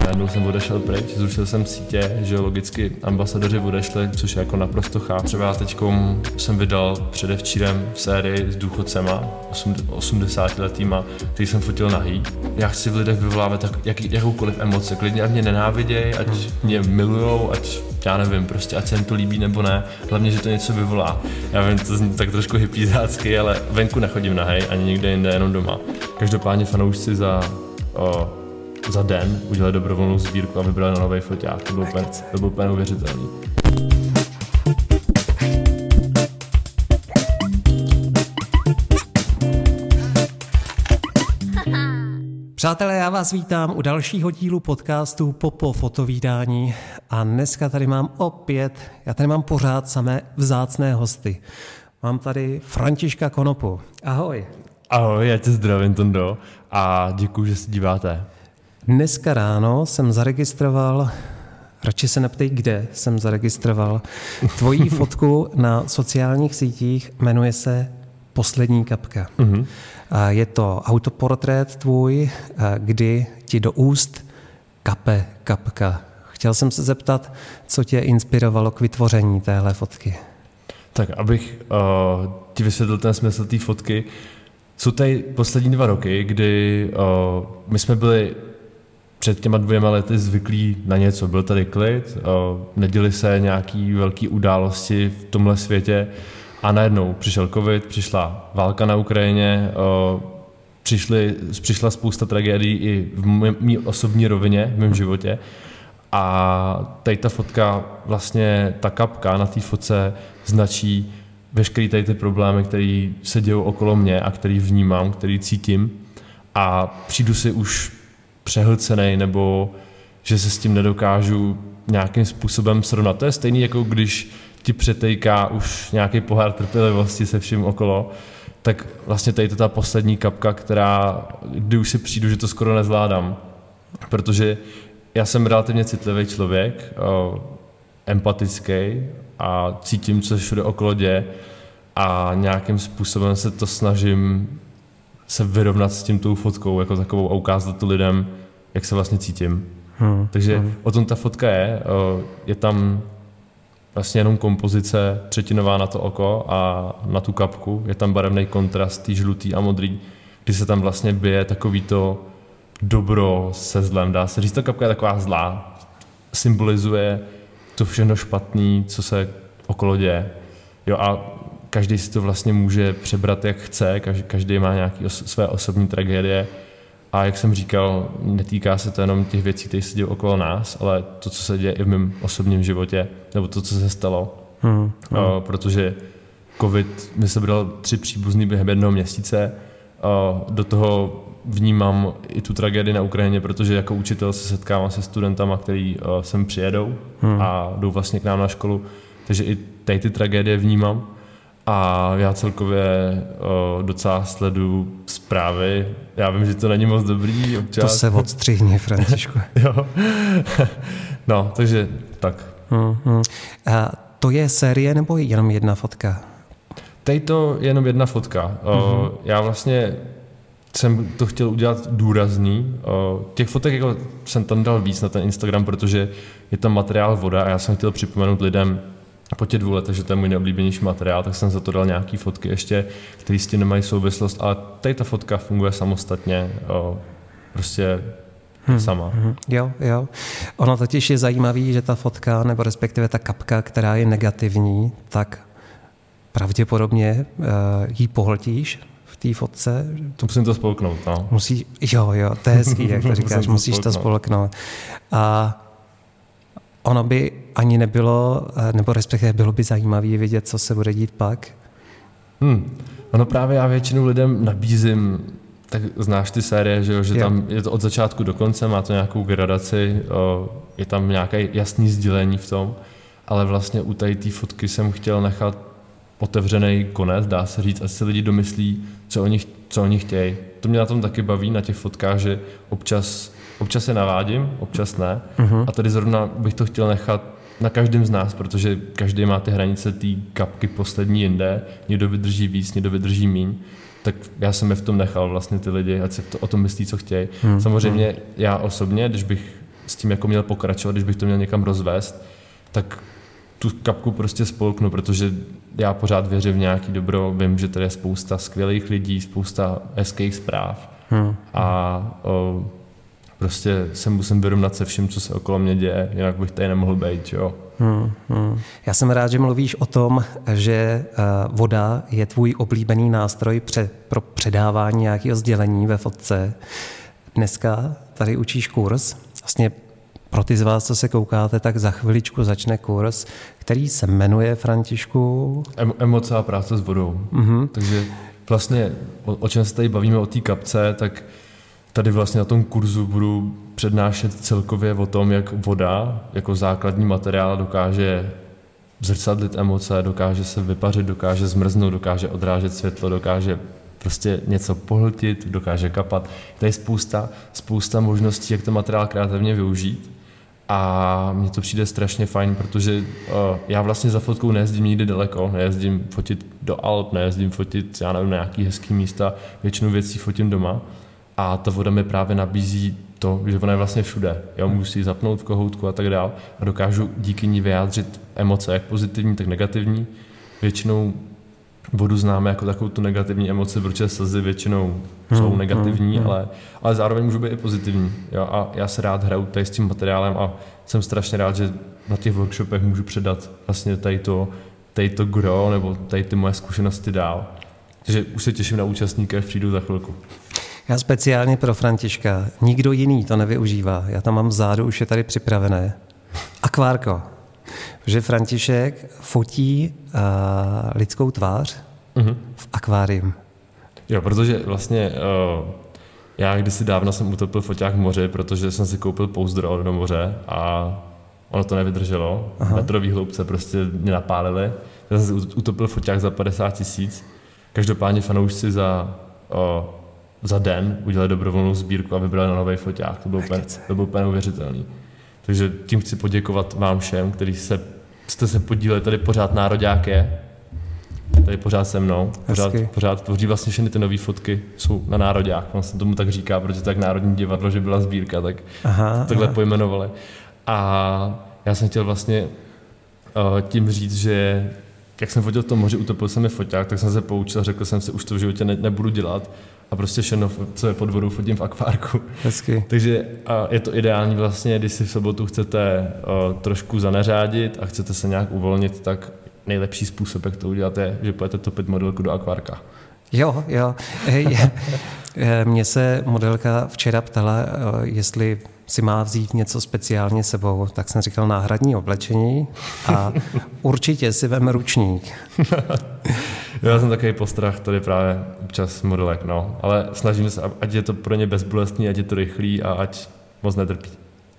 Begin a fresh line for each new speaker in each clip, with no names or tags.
najednou jsem odešel pryč, zrušil jsem sítě, že logicky ambasadoři odešli, což je jako naprosto chápu. Třeba teďkom jsem vydal předevčírem sérii s důchodcema, 80letýma, který jsem fotil nahý. Já chci v lidech vyvolávat jakoukoliv emoce, klidně ať mě nenáviděj, ať mě milujou, ať já nevím, prostě ať se jim to líbí nebo ne, hlavně, že to něco vyvolá. Já vím, to zní tak trošku hippiezácky, ale venku nechodím nahej, ani nikde jinde, jenom doma. Každopádně fanoušci za den udělali dobrovolnou sbírku a vybrali na nový foťák. To bylo úplně neuvěřitelný.
Přátelé, já vás vítám u dalšího dílu podcastu Popo fotovídání a dneska tady mám pořád samé vzácné hosty. Mám tady Františka Konopu. Ahoj.
Ahoj, já tě zdravím, Tondo, a děkuji, že se díváte.
Dneska ráno jsem zaregistroval, radši se neptej, kde jsem zaregistroval, tvoji fotku na sociálních sítích, jmenuje se Poslední kapka. Mm-hmm. Je to autoportrét tvůj, kdy ti do úst kape kapka. Chtěl jsem se zeptat, co tě inspirovalo k vytvoření téhle fotky.
Tak, abych ti vysvětlil ten smysl té fotky. Jsou tady poslední 2 roky, kdy my jsme byli před těma 2 lety zvyklí na něco. Byl tady klid, neděly se nějaký velký události v tomhle světě a najednou přišel covid, přišla válka na Ukrajině, přišla spousta tragédií i v mý osobní rovině, v mém životě. A tady ta fotka, vlastně ta kapka na té fotce značí veškerý tady ty problémy, které se dějou okolo mě a který vnímám, který cítím a přijdu si už přehlcenej nebo že se s tím nedokážu nějakým způsobem srovnat. To je stejný, jako když ti přetejká už nějaký pohár trpělivosti se vším okolo, tak vlastně tady to ta poslední kapka, kdy už si přijdu, že to skoro nezvládám. Protože já jsem relativně citlivý člověk, empatický a cítím, co se všude okolo děje a nějakým způsobem se to snažím se vyrovnat s tím tou fotkou jako takovou a ukázat to lidem, jak se vlastně cítím. Takže o tom ta fotka je tam vlastně jenom kompozice třetinová na to oko a na tu kapku, je tam barevný kontrast, tý žlutý a modrý, kdy se tam vlastně bije takový to dobro se zlem, dá se říct, ta kapka je taková zlá, symbolizuje to všechno špatný, co se okolo děje. Jo, a každý si to vlastně může přebrat, jak chce, každý má nějaké své osobní tragédie a jak jsem říkal, netýká se to jenom těch věcí, které se dějí okolo nás, ale to, co se děje i v mém osobním životě, nebo to, co se stalo. Protože covid mi sebral 3 příbuzný během 1 měsíce, do toho vnímám i tu tragédii na Ukrajině, protože jako učitel se setkávám se studentama, který sem přijedou a jdou vlastně k nám na školu, takže i tady ty tragédie vnímám a já celkově docela sleduju zprávy. Já vím, že to není moc dobrý občas.
To se odstřihni, Františku.
Jo. No, takže tak.
A to je série nebo jenom jedna fotka?
Tady to je jenom jedna fotka. Já vlastně jsem to chtěl udělat důrazný. Těch fotek jako jsem tam dal víc na ten Instagram, protože je tam materiál voda a já jsem chtěl připomenout lidem po těch 2 letech, že to je můj neoblíbenější materiál, tak jsem za to dal nějaký fotky ještě, které s tím nemají souvislost, ale tady ta fotka funguje samostatně, prostě sama.
Jo. Ono totiž je zajímavý, že ta fotka, nebo respektive ta kapka, která je negativní, tak pravděpodobně jí pohltíš v té fotce.
To musím to spolknout, no.
Jo, to je hezký, jak to říkáš, musíš to spolknout. A ono by ani nebylo, nebo respektive bylo by zajímavé vidět, co se bude dít pak.
Ono právě já většinou lidem nabízím, tak znáš ty série, že tam je to od začátku do konce, má to nějakou gradaci, je tam nějaké jasné sdělení v tom, ale vlastně u té fotky jsem chtěl nechat otevřený konec, dá se říct, ať si lidi domyslí, co oni chtějí. To mě na tom taky baví, na těch fotkách, že občas je navádím, občas ne. A tady zrovna bych to chtěl nechat na každém z nás, protože každý má ty hranice té kapky poslední jinde, někdo vydrží víc, někdo vydrží míň, tak já jsem je v tom nechal vlastně ty lidi, ať si o tom myslí, co chtějí. Samozřejmě já osobně, když bych tím jako měl pokračovat, když bych to měl někam rozvést, tak tu kapku prostě spolknu, protože já pořád věřím v nějaký dobro, vím, že tady je spousta skvělých lidí, spousta hezkých zpráv a prostě se musím vyrovnat se vším, co se okolo mě děje, jinak bych tady nemohl být, jo.
Já jsem rád, že mluvíš o tom, že voda je tvůj oblíbený nástroj pro předávání nějakého sdělení ve fotce. Dneska tady učíš kurz, vlastně pro ty z vás, co se koukáte, tak za chviličku začne kurz, který se jmenuje, Františku...
Emoce a práce s vodou. Takže vlastně, o čem se tady bavíme, o té kapce, tak tady vlastně na tom kurzu budu přednášet celkově o tom, jak voda jako základní materiál dokáže zrcadlit emoce, dokáže se vypařit, dokáže zmrznout, dokáže odrážet světlo, dokáže prostě něco pohltit, dokáže kapat. Tady je spousta možností, jak ten materiál kreativně využít. A mně to přijde strašně fajn, protože já vlastně za fotkou nejezdím nikdy daleko, nejezdím fotit do Alp, nejezdím fotit, já nevím, na nějaký hezký místa, většinu věcí fotím doma. A ta voda mi právě nabízí to, že ona je vlastně všude. Já můžu si ji zapnout v kohoutku a tak dál a dokážu díky ní vyjádřit emoce, jak pozitivní, tak negativní. Většinou vodu známe jako takovou tu negativní emoci, protože slzy většinou jsou negativní, ale zároveň můžou být i pozitivní. Jo? A já se rád hraju tady s tím materiálem a jsem strašně rád, že na těch workshopech můžu předat vlastně tady to gro nebo tady ty moje zkušenosti dál. Takže už se těším na účastníky, až přijdu za chvilku.
Já speciálně pro Františka, nikdo jiný to nevyužívá. Já tam mám vzadu, už je tady připravené. Akvárko. Že František fotí lidskou tvář v akvárium.
Jo, protože vlastně já kdysi dávno jsem utopil foťák v moři, protože jsem si koupil pouzdro do moře a ono to nevydrželo. Metrový hloubce prostě mě napálili. Já jsem si utopil foťák za 50 000. Každopádně fanoušci za den udělali dobrovolnou sbírku a vybrali na nový foťák. To bylo úplně neuvěřitelný. Takže tím chci poděkovat vám všem, kteří jste se podíleli, tady pořád nároďák je, tady pořád se mnou, pořád tvoří vlastně všechny ty nové fotky, jsou na nároďák, on se tomu tak říká, protože tak Národní divadlo, že byla sbírka, tak takhle pojmenovali. A já jsem chtěl vlastně tím říct, že jak jsem fotil v tom moři, utopil jsem mi foťák, tak jsem se poučil, řekl jsem si, už to v životě nebudu dělat a prostě všechno, co je pod vodou, fotím v akvárku.
Hezky.
Takže je to ideální vlastně, když si v sobotu chcete trošku zaneřádit a chcete se nějak uvolnit, tak nejlepší způsob, jak to udělat, je, že půjdete topit modelku do akvárka.
Jo. Mně se modelka včera ptala, jestli si má vzít něco speciálně sebou, tak jsem říkal náhradní oblečení a určitě si vem ručník.
Já jsem takový postrach tady právě občas modelek, no. Ale snažím se, ať je to pro ně bezbolestný, ať je to rychlý a ať moc netrpí.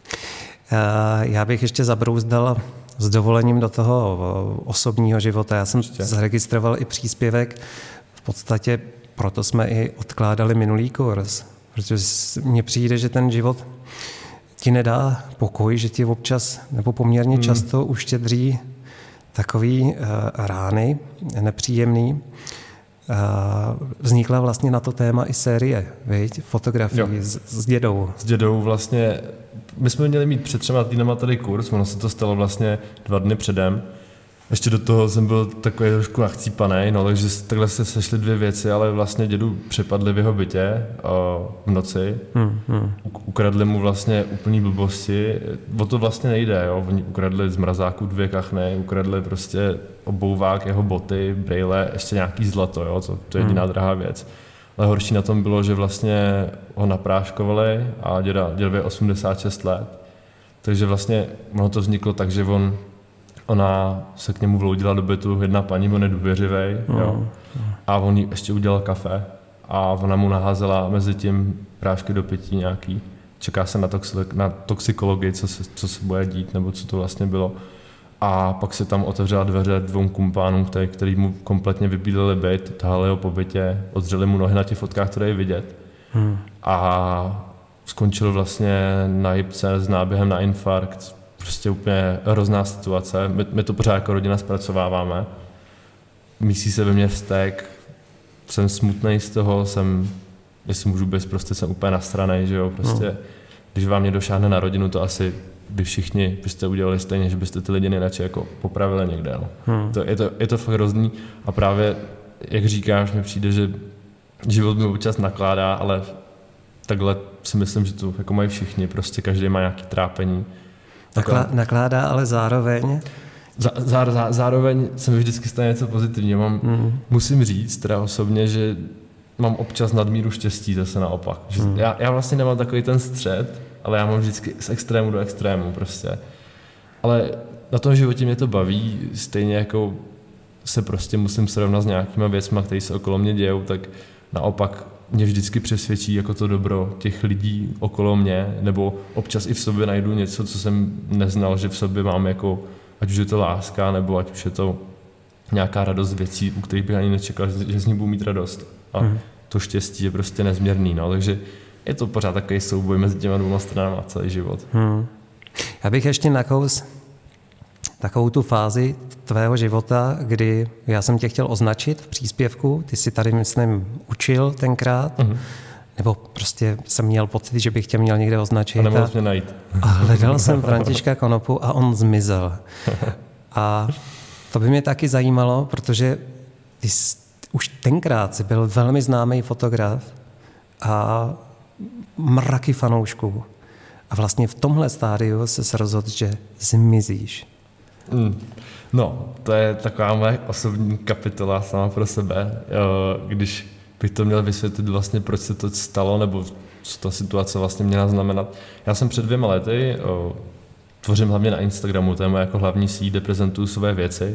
Já bych ještě zabrouzdal s dovolením do toho osobního života. Já jsem zaregistroval i příspěvek, v podstatě proto jsme i odkládali minulý kurz, protože mně přijde, že ten život ti nedá pokoj, že ti občas nebo poměrně často uštědří takový rány nepříjemný. Vznikla vlastně na to téma i série, viď? Fotografii s dědou. S dědou
vlastně, my jsme měli mít před 3 týdnama tady kurz, ono se to stalo vlastně 2 dny předem. Ještě do toho jsem byl takový trošku nachcípanej, no, takže takhle se sešly 2 věci, ale vlastně dědu přepadli v jeho bytě v noci. Ukradli mu vlastně úplný blbosti. O to vlastně nejde, jo. Oni ukradli z mrazáku 2 kachny, ukradli prostě obouvák, jeho boty, brejle, ještě nějaký zlato, jo, to je jediná drahá věc. Ale horší na tom bylo, že vlastně ho napráškovali a dědovi je 86 let. Takže vlastně ono to vzniklo tak, že ona se k němu vloudila do bytu, jedna paní, on je důvěřivej, jo. A on jí ještě udělal kafe a ona mu naházela mezi tím prášky do pití nějaký. Čeká se na toxikologii, co se bude dít, nebo co to vlastně bylo. A pak se tam otevřela dveře 2 kumpánům, který mu kompletně vybídlili byt, tahali ho po bytě, odřeli mu nohy na těch fotkách, které je vidět. A skončil vlastně na jipce s náběhem na infarkt. Prostě úplně hrozná situace. My to pořád jako rodina zpracováváme. Mísí se ve mně vztek, jsem smutnej z toho, jestli můžu být, prostě jsem úplně nasranej, že jo, prostě když vám někdo šáhne na rodinu, to asi by všichni byste udělali stejně, že byste ty lidi nejradši jako popravili někde. No. Je to fakt hrozný a právě, jak říkáš, mi přijde, že život mi občas nakládá, ale takhle si myslím, že to jako mají všichni, prostě každý má nějaký trápení.
Nakládá, ale zároveň...
Zároveň se mi vždycky stane něco pozitivního. Musím říct teda osobně, že mám občas nadmíru štěstí, zase naopak. Že já vlastně nemám takový ten střed, ale já mám vždycky z extrému do extrému prostě. Ale na tom životě mě to baví, stejně jako se prostě musím srovnat s nějakýma věcma, které se okolo mě dějou, tak naopak mě vždycky přesvědčí jako to dobro těch lidí okolo mě, nebo občas i v sobě najdu něco, co jsem neznal, že v sobě mám jako, ať už je to láska, nebo ať už je to nějaká radost věcí, u kterých bych ani nečekal, že z ní budu mít radost. A to štěstí je prostě nezměrný, no, takže je to pořád takový souboj mezi těma dvěma stranama celý život.
Já bych ještě nakous takovou tu fázi tvého života, kdy já jsem tě chtěl označit v příspěvku, ty jsi tady, myslím, učil tenkrát, nebo prostě jsem měl pocit, že bych tě měl někde označit.
A nemohl mě najít.
A hledal jsem Františka Konopu a on zmizel. A to by mě taky zajímalo, protože ty už tenkrát jsi byl velmi známý fotograf a mraky fanoušků. A vlastně v tomhle stádiu se rozhodl, že zmizíš.
No, to je taková moje osobní kapitola sama pro sebe. Když bych to měl vysvětlit vlastně, proč se to stalo, nebo co ta situace vlastně měla znamenat. Já jsem před 2 lety, tvořím hlavně na Instagramu, to je moje jako hlavní síť, kde prezentuju své věci.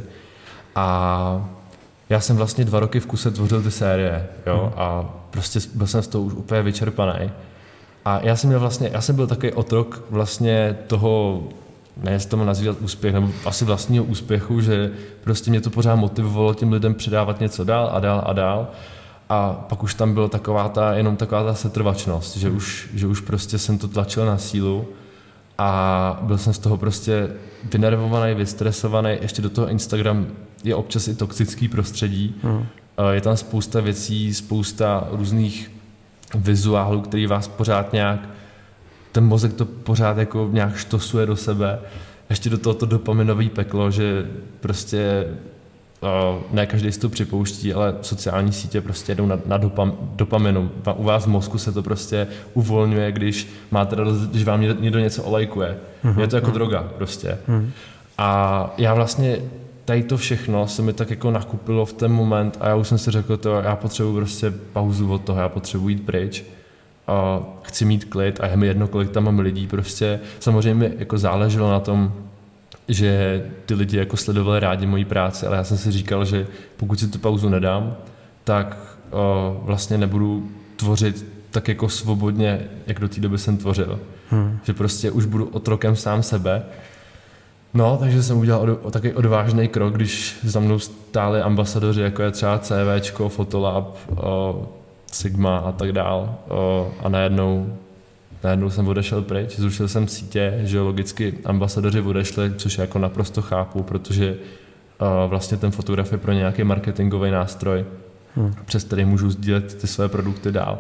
A já jsem vlastně 2 roky v kuse tvořil ty série, jo, a prostě byl jsem z toho už úplně vyčerpaný. A já jsem byl takový otrok vlastně toho, ne jestli to má nazývat úspěch, nebo asi vlastního úspěchu, že prostě mě to pořád motivovalo těm lidem předávat něco dál a dál a dál. A pak už tam byla jenom taková ta setrvačnost, že už prostě jsem to tlačil na sílu a byl jsem z toho prostě vynervovaný, vystresovaný. Ještě do toho Instagram je občas i toxický prostředí. Je tam spousta věcí, spousta různých vizuálů, který vás pořád nějak, ten mozek to pořád jako nějak štosuje do sebe. Ještě do toho to dopaminový peklo, že prostě ne každý si to připouští, ale sociální sítě prostě jdou na dopaminu. U vás v mozku se to prostě uvolňuje, když máte radost, když vám někdo něco olajkuje. Je to jako droga prostě. A já vlastně tady to všechno se mi tak jako nakupilo v ten moment a já už jsem si řekl, já potřebuji prostě pauzu od toho, já potřebuji jít pryč. A chci mít klid a je mi jedno, kolik tam mám lidí. Prostě samozřejmě mi jako záleželo na tom, že ty lidi jako sledovali rádi moji práci, ale já jsem si říkal, že pokud si tu pauzu nedám, tak vlastně nebudu tvořit tak jako svobodně, jak do té doby jsem tvořil. Že prostě už budu otrokem sám sebe. No, takže jsem udělal takový odvážný krok, když za mnou stáli ambasadoři, jako je třeba CVčko, Fotolab, Sigma a tak dál. A najednou jsem odešel pryč, zrušil jsem sítě, že logicky ambasadoři odešli, což jako naprosto chápu, protože vlastně ten fotograf je pro nějaký marketingový nástroj, přes který můžu sdílet ty své produkty dál.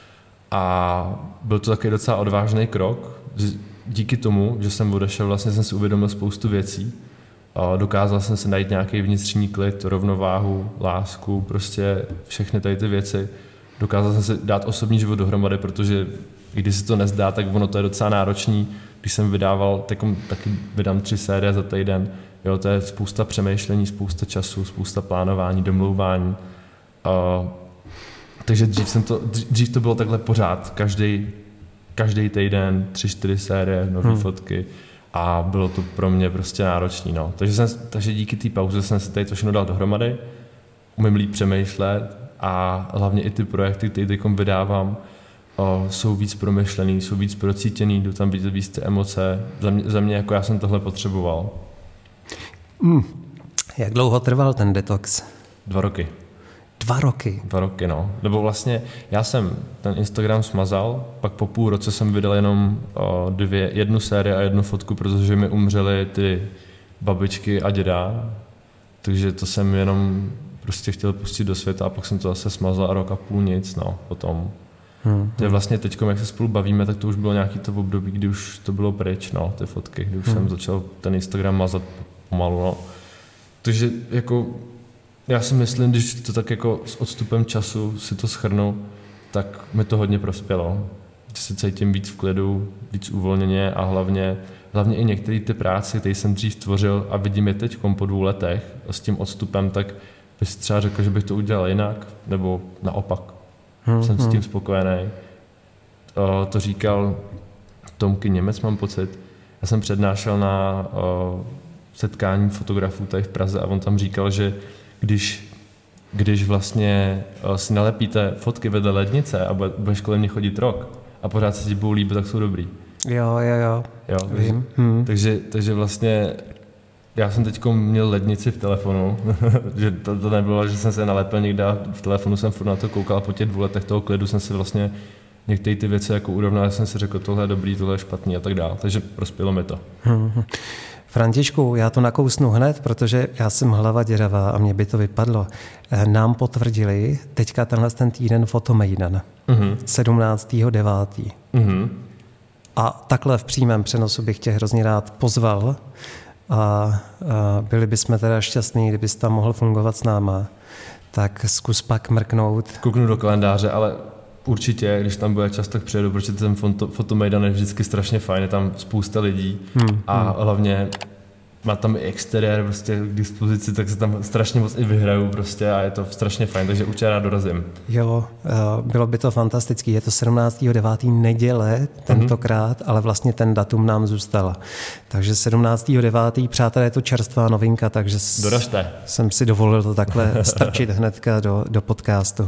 A byl to takový docela odvážný krok. Díky tomu, že jsem odešel, vlastně jsem si uvědomil spoustu věcí. Dokázal jsem si najít nějaký vnitřní klid, rovnováhu, lásku, prostě všechny tady ty věci. Dokázal jsem si dát osobní život dohromady, protože i když se to nezdá, tak ono to je docela náročný. Když jsem vydával, taky vydám 3 série za týden. Jo, to je spousta přemýšlení, spousta času, spousta plánování, domlouvání. Takže dřív to bylo takhle pořád. Každý týden 3-4 série, nové fotky a bylo to pro mě prostě náročný. No. Takže díky té pauze jsem si tady to všechno dal dohromady, umím líp přemýšlet a hlavně i ty projekty, které teď vydávám, jsou víc promyšlený, jsou víc procítěný, jdu tam víc ty emoce. Za mě jako já jsem tohle potřeboval.
Jak dlouho trval ten detox?
2 roky.
2 roky?
2 roky, no. Nebo vlastně já jsem ten Instagram smazal, pak po půl roce jsem vydal jenom 1 sérii a 1 fotku, protože mi umřely ty babičky a děda, takže to jsem jenom prostě chtěl pustit do světa a pak jsem to zase smazal a 1,5 roku nic, no, potom. To je vlastně teď, jak se spolu bavíme, tak to už bylo nějaký to období, kdy už to bylo pryč, no, ty fotky, kdy už jsem začal ten Instagram mazat pomalu, no. Takže jako já si myslím, když to tak jako s odstupem času si to shrnu, tak mi to hodně prospělo. Že se cítím víc v klidu, víc uvolněně a hlavně i některé ty práce, které jsem dřív tvořil a vidím je teď po 2 letech s tím odstupem, tak bych třeba řekl, že bych to udělal jinak, nebo naopak. Jsem s tím spokojený. To říkal Tomky Němec, mám pocit. Já jsem přednášel na setkání fotografů tady v Praze a on tam říkal, že když vlastně si nalepíte fotky vedle lednice a budeš kolem mě chodit rok a pořád se ti budou líbit, tak jsou dobrý.
Jo.
Vím. Takže vlastně já jsem teď měl lednici v telefonu, že to nebylo, že jsem se nalepil někde a v telefonu jsem furt na to koukal a po těch 2 letech toho klidu jsem si vlastně některé ty věci jako urovnal, jsem si řekl, tohle je dobrý, tohle je špatný a tak dále. Takže prospělo mi to.
Františku, já to nakousnu hned, protože já jsem hlava děravá a mě by to vypadlo. Nám potvrdili teďka ten týden Fotomejdan, 17.9. A takhle v přímém přenosu bych tě hrozně rád pozval a byli bychom teda šťastní, kdybys tam mohl fungovat s náma. Tak zkus pak mrknout.
Kouknu do kalendáře, ale určitě, když tam bude čas, tak přijedu, protože ten Fotomejdan je vždycky strašně fajn, je tam spousta lidí a hlavně má tam i exteriér prostě k dispozici, tak se tam strašně moc i vyhraju prostě a je to strašně fajn, takže určitě rád dorazím.
Jo, bylo by to fantastický, je to 17.9. neděle tentokrát, ale vlastně ten datum nám zůstala. Takže 17.9. přátelé, je to čerstvá novinka, takže
doražte.
Jsem si dovolil to takhle strčit hnedka do podcastu.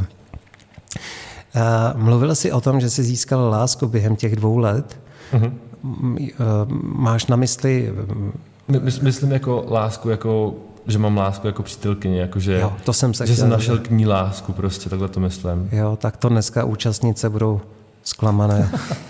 Mluvil jsi o tom, že jsi získal lásku během těch 2 let. Máš na mysli...
Myslím jako lásku, jako, že mám lásku jako přítelkyni, jako že,
jo, to jsem
že jsem našel k ní lásku, prostě takhle to myslím.
Jo, tak to dneska účastnice budou zklamané.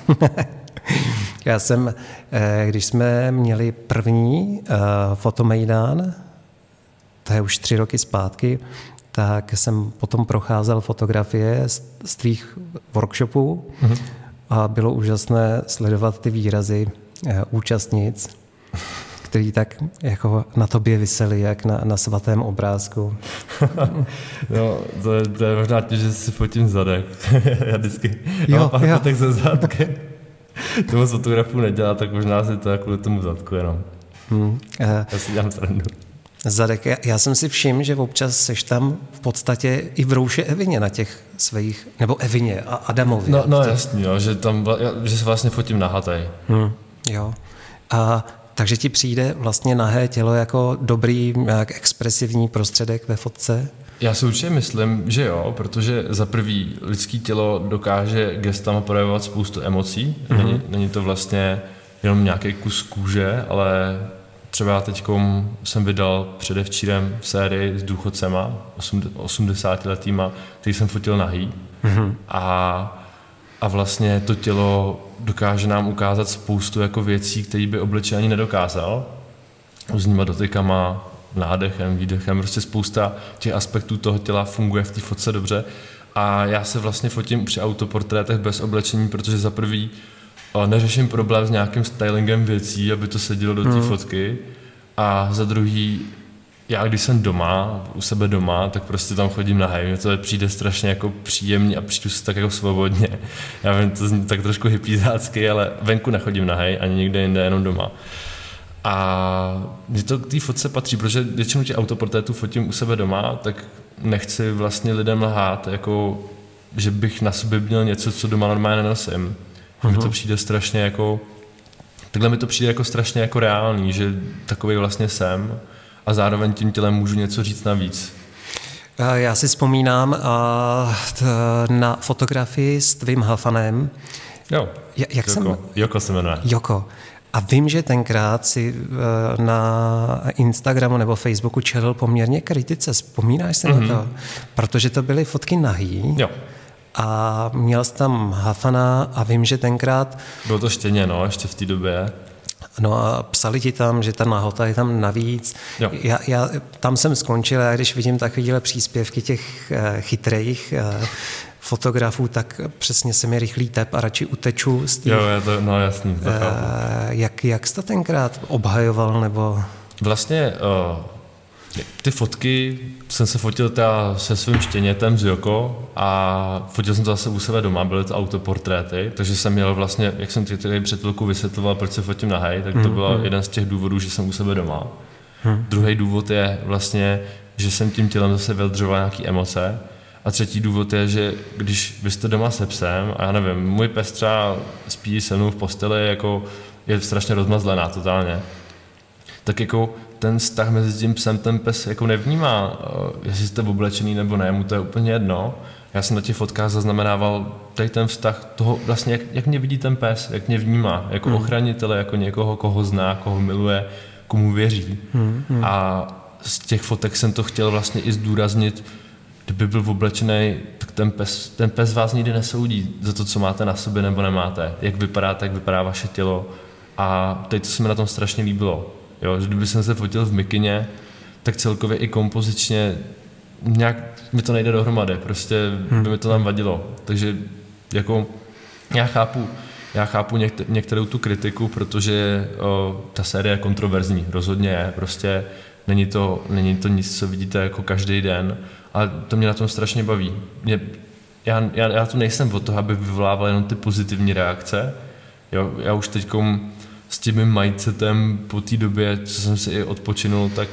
Já jsem, když jsme měli první Fotomejdan, to je už 3 roky zpátky, tak jsem potom procházel fotografie z tvých workshopů a bylo úžasné sledovat ty výrazy účastnic, který tak jako na tobě visely, jak na svatém obrázku.
No, to je možná tím, že si fotím zadek. Já vždycky mám pár fotek ze zadky. To moc fotografů nedělá, tak možná si to jako kvůli tomu zadku jenom. Já si dělám srandu.
Zadek, já jsem si všiml, že občas seš tam v podstatě i v Rouše Evině na těch svých, nebo Evině a Adamově.
No jasný, jo, že se vlastně fotím nahatej.
Jo. A takže ti přijde vlastně nahé tělo jako dobrý, jak expresivní prostředek ve fotce?
Já si určitě myslím, že jo, protože za prvý lidský tělo dokáže gestama projevovat spoustu emocí. Není to vlastně jenom nějaký kus kůže, ale třeba teďkom jsem vydal předevčírem sérii s důchodcema, 80letýma, který jsem fotil nahý. A vlastně to tělo dokáže nám ukázat spoustu jako věcí, které by obličej ani nedokázal. Různýma dotykama, nádechem, výdechem, prostě spousta těch aspektů toho těla funguje v té fotce dobře. A já se vlastně fotím při autoportrétech bez oblečení, protože za prvý neřeším problém s nějakým stylingem věcí, aby to sedělo do té fotky. A za druhý, já když jsem doma, u sebe doma, tak prostě tam chodím nahej. Mně to přijde strašně jako příjemně a přijdu si tak jako svobodně. Já vím, to zní tak trošku hippízácky, ale venku nechodím nahej, ani nikde jinde, jenom doma. A mě to k té fotce patří, protože většinu těch autoportrétů fotím u sebe doma, tak nechci vlastně lidem lhát, jako, že bych na sobě měl něco, co doma normálně nenosím. Mi to přijde strašně jako... Takhle mi to přijde jako strašně jako reálný, že takovej vlastně jsem a zároveň tím tělem můžu něco říct navíc.
Já si vzpomínám na fotografii s tvým Hafanem.
Jo, Joko se jmenuje.
Joko. A vím, že tenkrát si na Instagramu nebo Facebooku čelil poměrně kritice. Vzpomínáš se na to? Protože to byly fotky nahý.
Jo.
A měl jsi tam Hafana a vím, že tenkrát...
Bylo to štěně, ještě v té době.
No a psali ti tam, že ta nahota je tam navíc. Já tam jsem skončil a když vidím takovéhle příspěvky těch chytrých fotografů, tak přesně se mi rychlý tep a radši uteču z těch...
Jo, je to, no jasný, to
jak jsi to tenkrát obhajoval, nebo...
Vlastně ty fotky jsem se fotil teda se svým štěnětem z Joko a fotil jsem to zase u sebe doma, byly to autoportréty, takže jsem měl vlastně, jak jsem tady před chvilkou vysvětloval, proč se fotím nahej, tak to byl jeden z těch důvodů, že jsem u sebe doma. Druhý důvod je vlastně, že jsem tím tělem zase vyjadřoval nějaký emoce. A třetí důvod je, že když vy jste doma se psem, a já nevím, můj pes třeba spí se mnou v posteli, jako je strašně rozmazlená totálně, tak jako ten vztah mezi tím psem ten pes jako nevnímá, jestli jste oblečený nebo ne, mu to je úplně jedno. Já jsem na těch fotkách zaznamenával tady ten vztah toho vlastně, jak mě vidí ten pes, jak mě vnímá, jako ochránitele, jako někoho, koho zná, koho miluje, komu věří. A z těch fotek jsem to chtěl vlastně i zdůraznit, kdyby byl oblečený, tak ten pes vás nikdy nesoudí za to, co máte na sobě nebo nemáte, jak vypadá vaše tělo. A teď to se mi na tom strašně líbilo. Jo, že kdyby jsem se fotil v mikině, tak celkově i kompozičně nějak mi to nejde dohromady, prostě by mi to tam vadilo. Takže jako já chápu některou tu kritiku, protože ta série je kontroverzní, rozhodně je, prostě není to nic, co vidíte jako každý den, ale to mě na tom strašně baví. Já tu nejsem od toho, aby vyvolával jenom ty pozitivní reakce. Jo, já už teďkom s tím mým mindsetem po té době, co jsem si i odpočinul, tak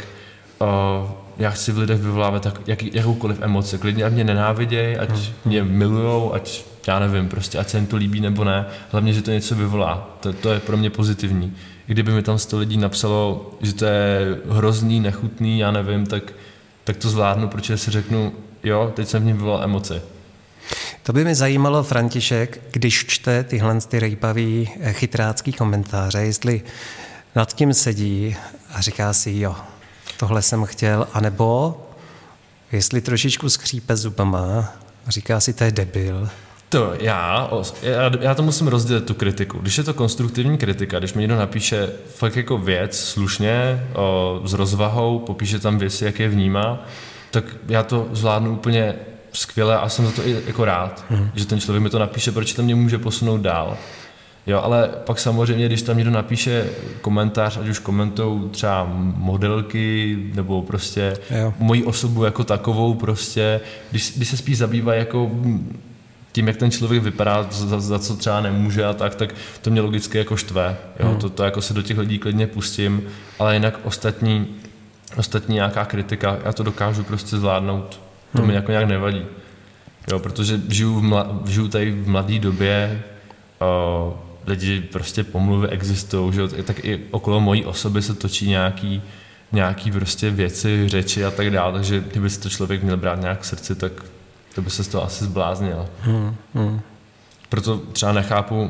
já chci v lidech vyvolávat jakoukoliv emoci. Klidně, ať mě nenáviděj, ať mě milujou, ať já nevím, prostě ať se jim to líbí nebo ne. Hlavně, že to něco vyvolá. To je pro mě pozitivní. I kdyby mi tam 100 lidí napsalo, že to je hrozný, nechutný, já nevím, tak to zvládnu, protože si řeknu, jo, teď jsem v něm vyvolal emoci.
To by mě zajímalo, František, když čte tyhle rejpavý chytrácký komentáře, jestli nad tím sedí a říká si, jo, tohle jsem chtěl, anebo jestli trošičku skřípe zubama a říká si, to je debil.
To já to musím rozdělit, tu kritiku. Když je to konstruktivní kritika, když mi někdo napíše fakt jako věc slušně, s rozvahou, popíše tam věci, jak je vnímá, tak já to zvládnu úplně skvěle a jsem za to i jako rád, že ten člověk mi to napíše, protože to mě může posunout dál. Jo, ale pak samozřejmě, když tam někdo napíše komentář, ať už komentou třeba modelky, nebo prostě moji osobu jako takovou, prostě, když se spíš zabývá jako tím, jak ten člověk vypadá, za co třeba nemůže a tak to mě logicky jako štve. Jo, to jako se do těch lidí klidně pustím, ale jinak ostatní nějaká kritika, já to dokážu prostě zvládnout. To mi jako nějak nevadí. Jo, protože žiju tady v mladé době, lidi prostě pomluvy existují, že jo, tak i okolo mojí osoby se točí nějaký prostě věci, řeči a tak dále, takže kdyby si to člověk měl brát nějak k srdci, tak to by se z toho asi zbláznil. Proto třeba nechápu,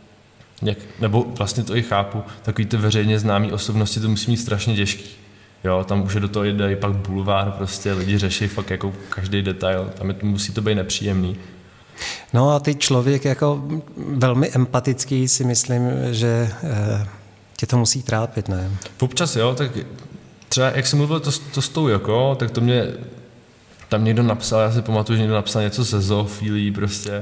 nebo vlastně to i chápu, takový ty veřejně známý osobnosti to musí mít strašně těžký. Jo, tam už je do toho jde pak bulvár, prostě lidi řeší fakt jako každý detail, tam musí to být nepříjemný.
No a ty člověk jako velmi empatický, si myslím, že tě to musí trápit, ne?
Občas jo, tak třeba jak jsem mluvil to s tou Joko, tak to mě tam někdo napsal, já si pamatuju, že někdo napsal něco se zoofilií prostě.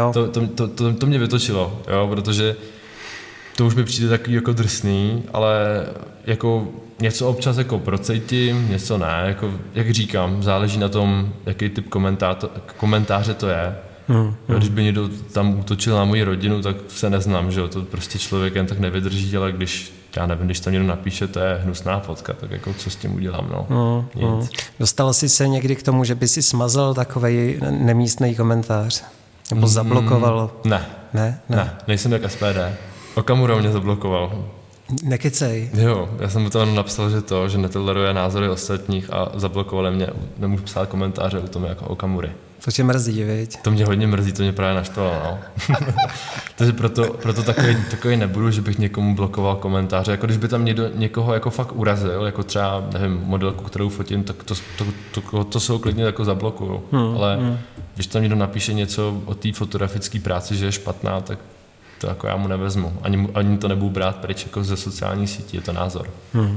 To mě vytočilo, jo, protože to už mi přijde takový jako drsný, ale jako něco občas jako procejtím, něco ne, jako jak říkám, záleží na tom, jaký typ komentáře to je. Když by někdo tam útočil na moji rodinu, tak se neznám, že jo, to prostě člověk jen tak nevydrží, ale když tam někdo napíše, to je hnusná fotka, tak jako co s tím udělám, no. Nic.
Dostal jsi se někdy k tomu, že by si smazal takovej nemístný komentář? Nebo zablokoval?
Ne, nejsem jak SPD. Okamura mě zablokoval.
Nekecej.
Jo, já jsem mu tam napsal, že netoleruje názory ostatních a zablokovali mě, nemůžu psát komentáře o tom jako Okamury.
To tě mrzí, viď?
To mě hodně mrzí, to mě právě naštvalo, no. Takže proto takový nebudu, že bych někomu blokoval komentáře. Jako když by tam někoho jako fakt urazil, jako třeba, nevím, modelku, kterou fotím, tak to se klidně jako zablokuju. Ale když tam někdo napíše něco o té fotografické práci, že je špatná, tak to jako já mu nevezmu. Ani to nebudu brát pryč jako ze sociálních sítí, je to názor.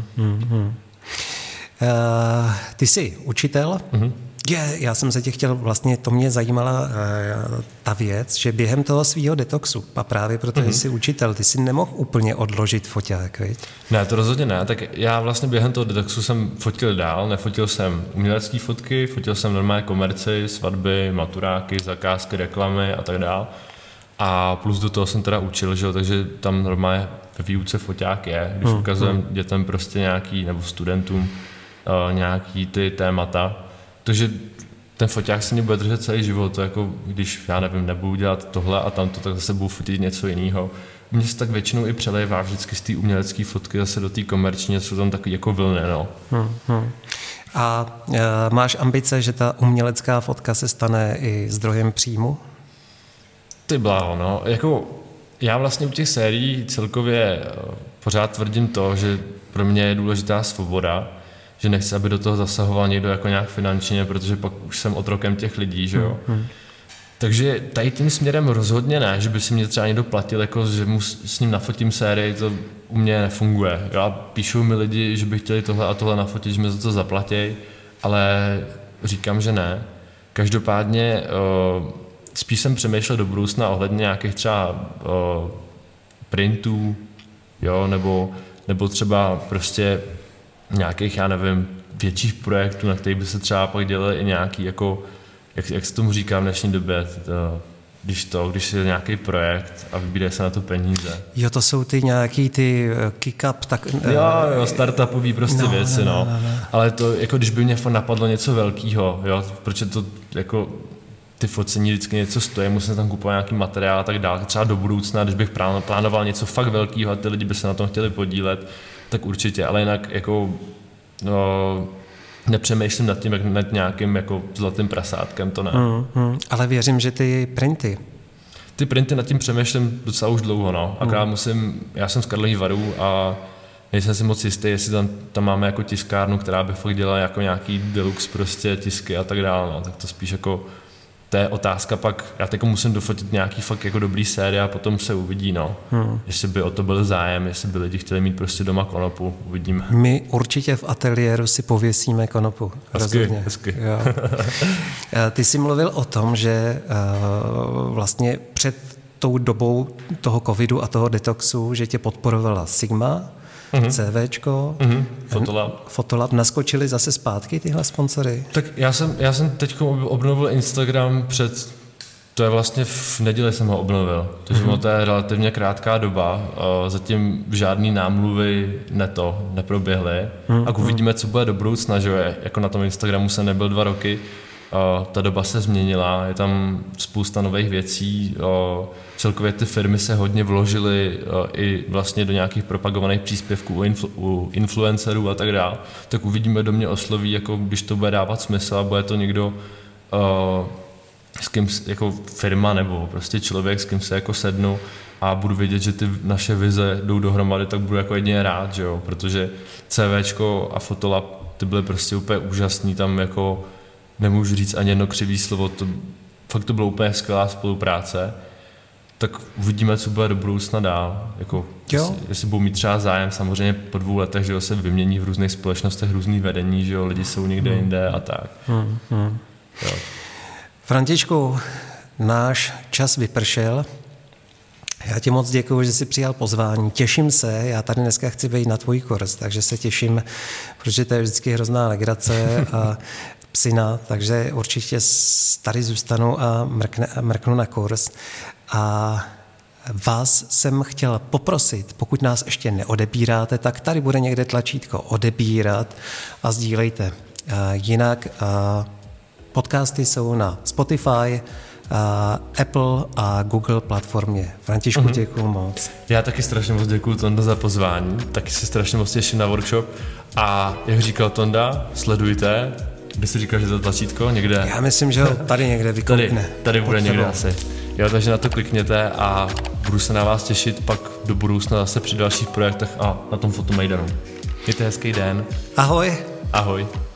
Ty jsi učitel? Já jsem se tě chtěl, vlastně to mě zajímala ta věc, že během toho svýho detoxu, a právě protože jsi učitel, ty si nemohl úplně odložit foťák, viď?
Ne, to rozhodně ne, tak já vlastně během toho detoxu jsem fotil dál, nefotil jsem umělecké fotky, fotil jsem normálně komerci, svatby, maturáky, zakázky, reklamy a tak dál. A plus do toho jsem teda učil, že jo, takže tam normálně ve výuce foťák je, když ukazujeme dětem prostě nějaký, nebo studentům nějaký ty témata. Takže ten foťák se mě bude držet celý život, to jako když, já nevím, nebudu dělat tohle a tamto, tak zase budu fotit něco jiného. Mně se tak většinou i přelejvá vždycky z té umělecké fotky zase do té komerční, jsou tam takový jako vlny, no.
A máš ambice, že ta umělecká fotka se stane i zdrojem příjmu?
Ty bláho, no. Jako, já vlastně u těch sérií celkově pořád tvrdím to, že pro mě je důležitá svoboda, že nechci, aby do toho zasahoval někdo jako nějak finančně, protože pak už jsem otrokem těch lidí, že jo. Takže tady tím směrem rozhodně ne, že by si mě třeba někdo platil, jako, že mu s ním nafotím sérii, to u mě nefunguje. Já píšou mi lidi, že by chtěli tohle a tohle nafotit, že mi za to zaplatí, ale říkám, že ne. Každopádně spíš jsem přemýšlel do budoucna ohledně nějakých třeba printů, jo, nebo třeba prostě nějakých, já nevím, větších projektů, na kterých by se třeba pak dělali i nějaký, jako, jak se tomu říká v dnešní době, když je nějaký projekt a vybírají se na to peníze.
Jo, to jsou ty nějaký ty kick-up, tak...
Jo, startupový prostě věci, no. Ale to, jako když by mě napadlo něco velkýho, jo, protože to, jako, ty focení vždycky něco stojí, musím tam kupovat nějaký materiál a tak dále, třeba do budoucna, když bych plánoval něco fakt velkýho a ty lidi by se na tom chtěli podílet, tak určitě, ale jinak jako nepřemýšlím nad tím, jak nad nějakým jako zlatým prasátkem, to ne.
Ale věřím, že ty printy.
Ty printy nad tím přemýšlím docela už dlouho, no. Já jsem z Karlových Varů a nejsem si moc jistý, jestli tam máme jako tiskárnu, která by fakt dělala jako nějaký deluxe prostě tisky a tak dále, no. Tak to spíš jako to je otázka pak, já teď musím dofotit nějaký fakt jako dobrý série a potom se uvidí, no. Jestli by o to byl zájem, jestli by lidi chtěli mít prostě doma konopu, uvidíme.
My určitě v ateliéru si pověsíme konopu.
Hezky.
Jo. Ty jsi mluvil o tom, že vlastně před tou dobou toho covidu a toho detoxu, že tě podporovala Sigma, CVčko, Fotolab. Naskočili zase zpátky tyhle sponzory?
Tak já jsem teď obnovil Instagram to je vlastně v neděli jsem ho obnovil, takže to je relativně krátká doba, zatím žádný námluvy neproběhly, a uvidíme, co bude do budoucna, že jako na tom Instagramu jsem nebyl 2 roky, ta doba se změnila, je tam spousta nových věcí, celkově ty firmy se hodně vložily i vlastně do nějakých propagovaných příspěvků u influencerů a tak dále, tak uvidíme, kdo mě osloví, jako když to bude dávat smysl a bude to někdo, s kým jako firma nebo prostě člověk, s kým se jako sednu a budu vědět, že ty naše vize jdou dohromady, tak budu jako jedině rád, že jo, protože CVčko a Fotolab, ty byly prostě úplně úžasný, tam jako nemůžu říct ani jedno křivý slovo, fakt to bylo úplně skvělá spolupráce, tak uvidíme, co bude do budoucna dál, jako jestli budou mít třeba zájem, samozřejmě po 2 letech, že jo, se vymění v různých společnostech různý vedení, že jo, lidi jsou někde jinde a tak. Jo.
Františku, náš čas vypršel. Já ti moc děkuju, že jsi přijal pozvání. Těším se, já tady dneska chci být na tvůj kurz, takže se těším, protože to je vždycky hrozná legrace a psina, takže určitě tady zůstanu a mrknu na kurz. A vás jsem chtěl poprosit, pokud nás ještě neodebíráte, tak tady bude někde tlačítko odebírat a sdílejte. Jinak podcasty jsou na Spotify, Apple a Google platformě. Františku, děkuju moc.
Já taky strašně moc děkuju, Tonda, za pozvání. Taky se strašně moc těším na workshop. A jak říkal Tonda, sledujte. Kde jsi říkal, že to tlačítko? Někde?
Já myslím, že ho tady někde vykoukne.
Tady bude někde asi. Jo, takže na to klikněte a budu se na vás těšit pak do budoucna zase při dalších projektech a na tom Fotomajdanu. Mějte hezký den.
Ahoj.
Ahoj.